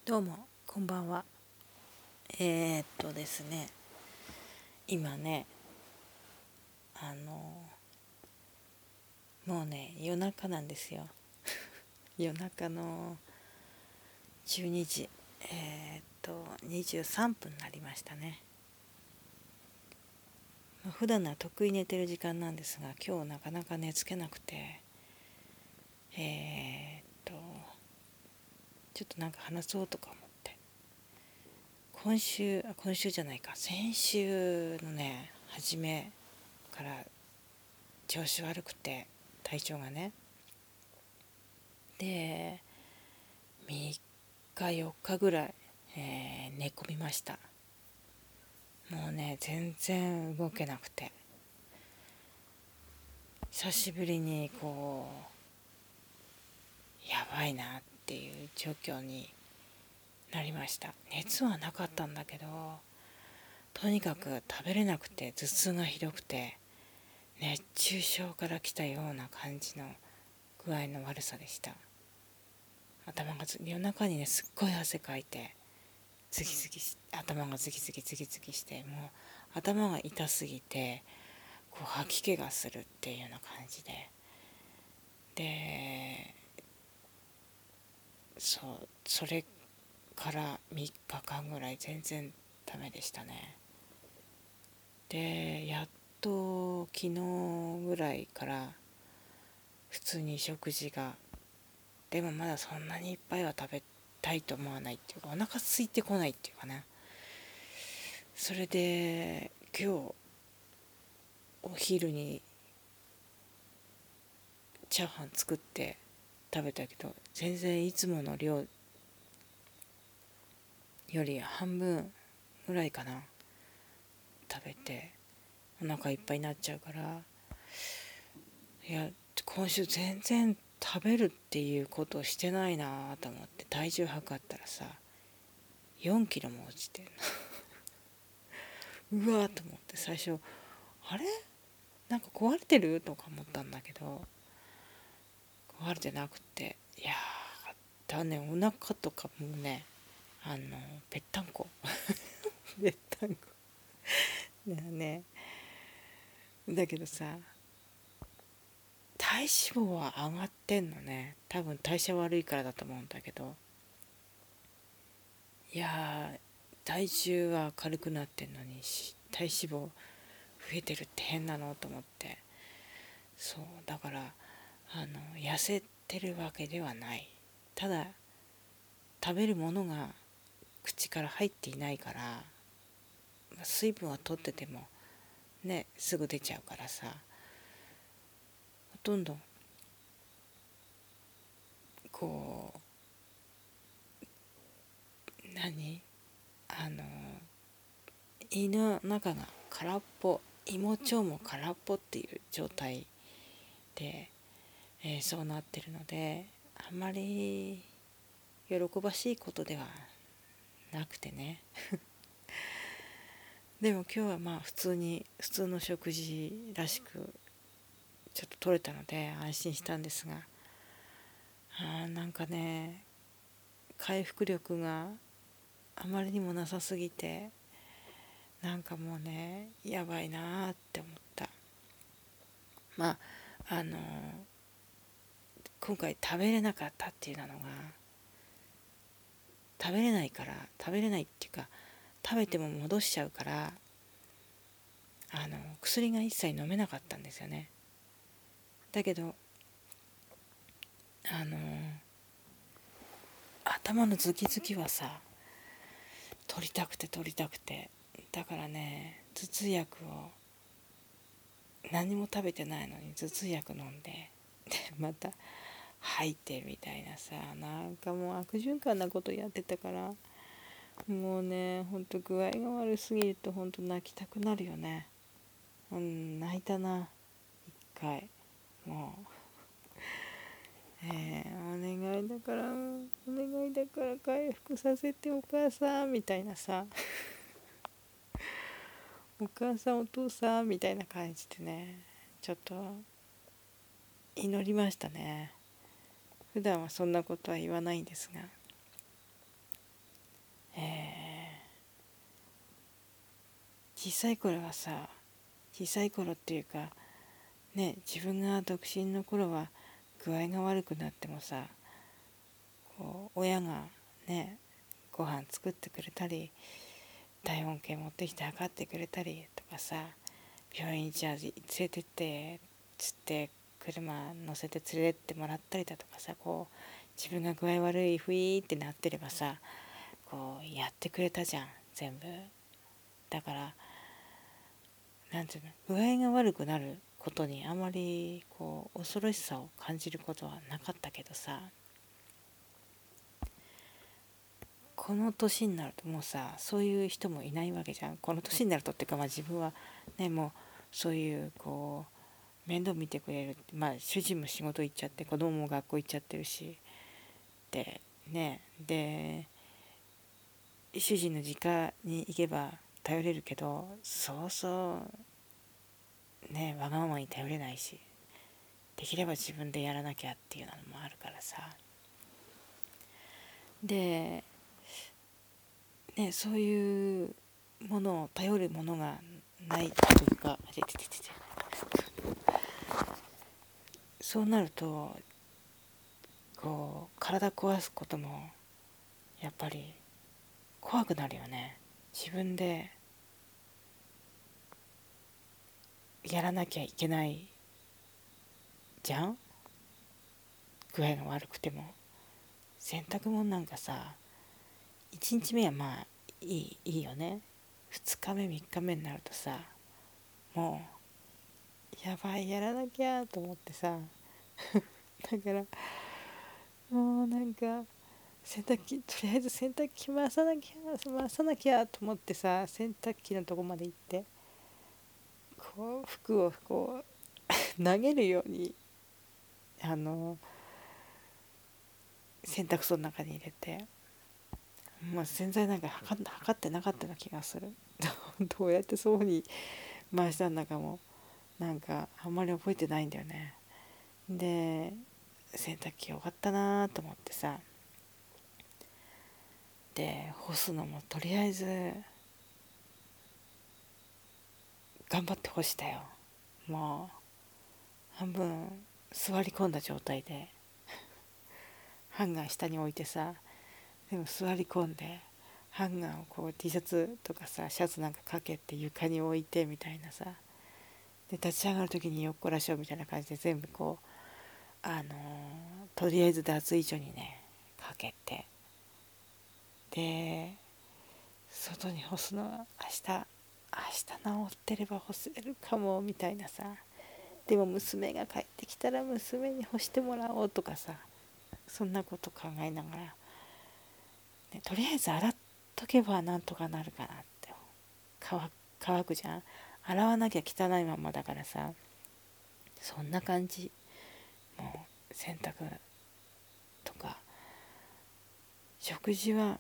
どうもこんばんは。ですね、今ね、もうね夜中なんですよ。夜中の12時23分になりましたね。普段は得意寝てる時間なんですが、今日なかなか寝つけなくて、えーっとちょっとなんか話そうとか思って、今週じゃないか、先週のね初めから調子悪くて、体調がね、で3日4日ぐらい、寝込みました。もうね全然動けなくて、久しぶりにやばいなっていう状況になりました。熱はなかったんだけど、とにかく食べれなくて、頭痛がひどくて、熱中症から来たような感じの具合の悪さでした。夜中にねすっごい汗かいて、頭がズキズキズキズキして、もう頭が痛すぎて吐き気がするっていうような感じで、それから3日間ぐらい全然ダメでしたね。でやっと昨日ぐらいから普通に食事が、でもまだそんなにいっぱいは食べたいと思わないっていうか、お腹空いてこないっていうかな。それで今日お昼にチャーハン作って食べたけど、全然いつもの量より半分ぐらいかな、食べてお腹いっぱいになっちゃうから。いや、今週全然食べるっていうことをしてないなと思って、体重測ったらさ、4キロも落ちてうわーと思って、最初あれなんか壊れてるとか思ったんだけど、壊れてなくて、いやだね、お腹とかもね、ぺったんこぺったんこだよね。だけどさ、体脂肪は上がってんのね。多分代謝悪いからだと思うんだけど、いや体重は軽くなってんのに体脂肪増えてるって変なのと思って。そうだから、痩せてるわけではない。ただ食べるものが口から入っていないから、水分は取っててもねすぐ出ちゃうからさ、ほとんどこ何あの胃の中が空っぽ、胃も腸も空っぽっていう状態で、そうなってるので、あんまり喜ばしいことではなくてね。でも今日はまあ普通の食事らしくちょっと取れたので安心したんですが、なんかね回復力があまりにもなさすぎて、なんかもうねやばいなって思った。まあ今回食べれなかったっていうのが、食べれないっていうか、食べても戻しちゃうから、薬が一切飲めなかったんですよね。だけどあの頭のズキズキはさ、取りたくて、だからね頭痛薬を、何も食べてないのに頭痛薬飲んで、でまた吐いてみたいなさ、なんかもう悪循環なことやってたから、もうねほんと具合が悪すぎるとほんと泣きたくなるよね。泣いたな一回。もうお願いだから、お願いだから回復させてお母さんみたいなさ、お母さんお父さんみたいな感じでね、ちょっと祈りましたね。普段はそんなことは言わないんですが、 小さい頃はさ、小さい頃っていうかね、自分が独身の頃は具合が悪くなってもさ、こう親がねご飯作ってくれたり、体温計持ってきて測ってくれたりとかさ、病院じゃ連れてってつって車乗せて連れてってもらったりだとかさ、こう自分が具合悪いふいってなってればさ、こうやってくれたじゃん全部。だからなんていうの、具合が悪くなることにあまりこう恐ろしさを感じることはなかったけどさ、この年になるともうさ、そういう人もいないわけじゃん。この年になるとっていうか、自分はね、もうそういうこう面倒見てくれる、主人も仕事行っちゃって子供も学校行っちゃってるしでね、で主人の実家に行けば頼れるけど、そうそうねわがままに頼れないし、できれば自分でやらなきゃっていうのもあるからさ。でね、そういうものを頼るものがないというか、そうなるとこう体壊すこともやっぱり怖くなるよね。自分でやらなきゃいけないじゃん、具合が悪くても。洗濯物なんかさ、1日目はいいよね。2日目3日目になるとさ、もうやばい、やらなきゃと思ってさだからもうなんか洗濯機、とりあえず洗濯機回さなきゃと思ってさ、洗濯機のとこまで行ってこう服をこう投げるように洗濯槽の中に入れて、洗剤なんか測ってなかったような気がするどうやってそうに回したんだかもなんかあんまり覚えてないんだよね。で洗濯機終わったなと思ってさ、で干すのもとりあえず頑張って干したよ。もう半分座り込んだ状態でハンガー下に置いてさ、でも座り込んでハンガーをこう T シャツとかさシャツなんかかけて床に置いてみたいなさ、で立ち上がる時によっこらしょみたいな感じで全部こうとりあえず脱衣所にねかけて、で外に干すのは明日治ってれば干せるかもみたいなさ、でも娘が帰ってきたら娘に干してもらおうとかさ、そんなこと考えながら、とりあえず洗っとけばなんとかなるかなって。乾くじゃん、洗わなきゃ汚いままだからさ、そんな感じ。もう洗濯とか食事は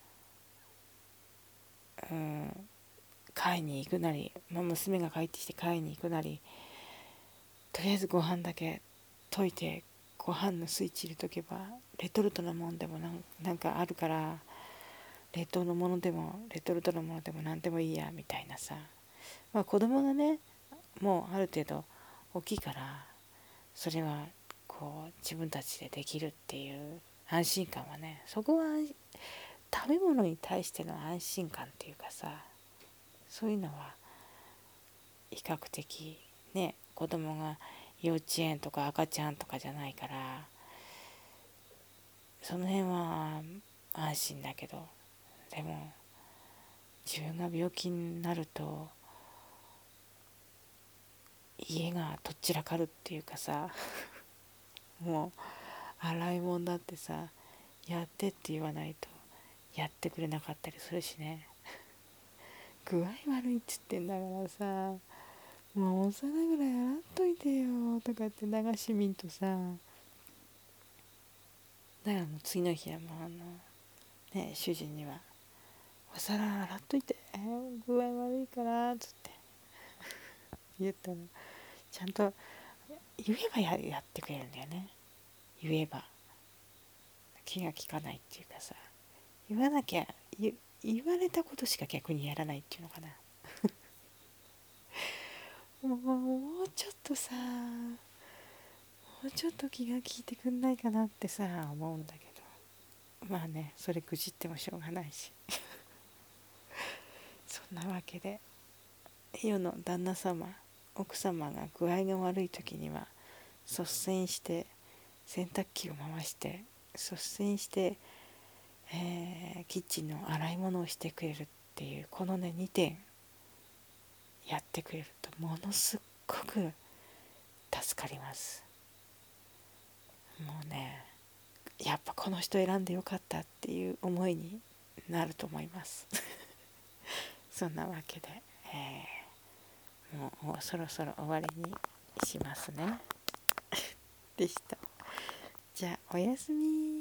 買いに行くなり、娘が帰ってきて買いに行くなり、とりあえずご飯だけ溶いてご飯のスイッチ入れとけば、レトルトのもんでもなんかあるから、冷凍のものでもレトルトのものでも何でもいいやみたいなさ。子供がねもうある程度大きいから、それはこう自分たちでできるっていう安心感はね、そこは食べ物に対しての安心感っていうかさ、そういうのは比較的ね、子供が幼稚園とか赤ちゃんとかじゃないから、その辺は安心だけど、でも自分が病気になると家がとっちらかるっていうかさもう洗い物だってさ、やってって言わないとやってくれなかったりするしね。具合悪いっつってんだからさ、もうお皿ぐらい洗っといてよとかって流し見んとさ、だからもう次の日はもう主人にはお皿洗っといて、具合悪いからっつって言ったら、ちゃんと言えばやってくれるんだよね。言えば気が利かないっていうかさ、言わなきゃ言われたことしか逆にやらないっていうのかなもうちょっとさ、もうちょっと気が利いてくんないかなってさ思うんだけど、まあね、それ愚痴ってもしょうがないしそんなわけで、世の旦那様、奥様が具合が悪い時には率先して洗濯機を回して率先して、キッチンの洗い物をしてくれるっていうこのね2点やってくれるとものすっごく助かります。もうね、やっぱこの人選んでよかったっていう思いになると思いますそんなわけで、もうそろそろ終わりにしますねでした。じゃあおやすみ。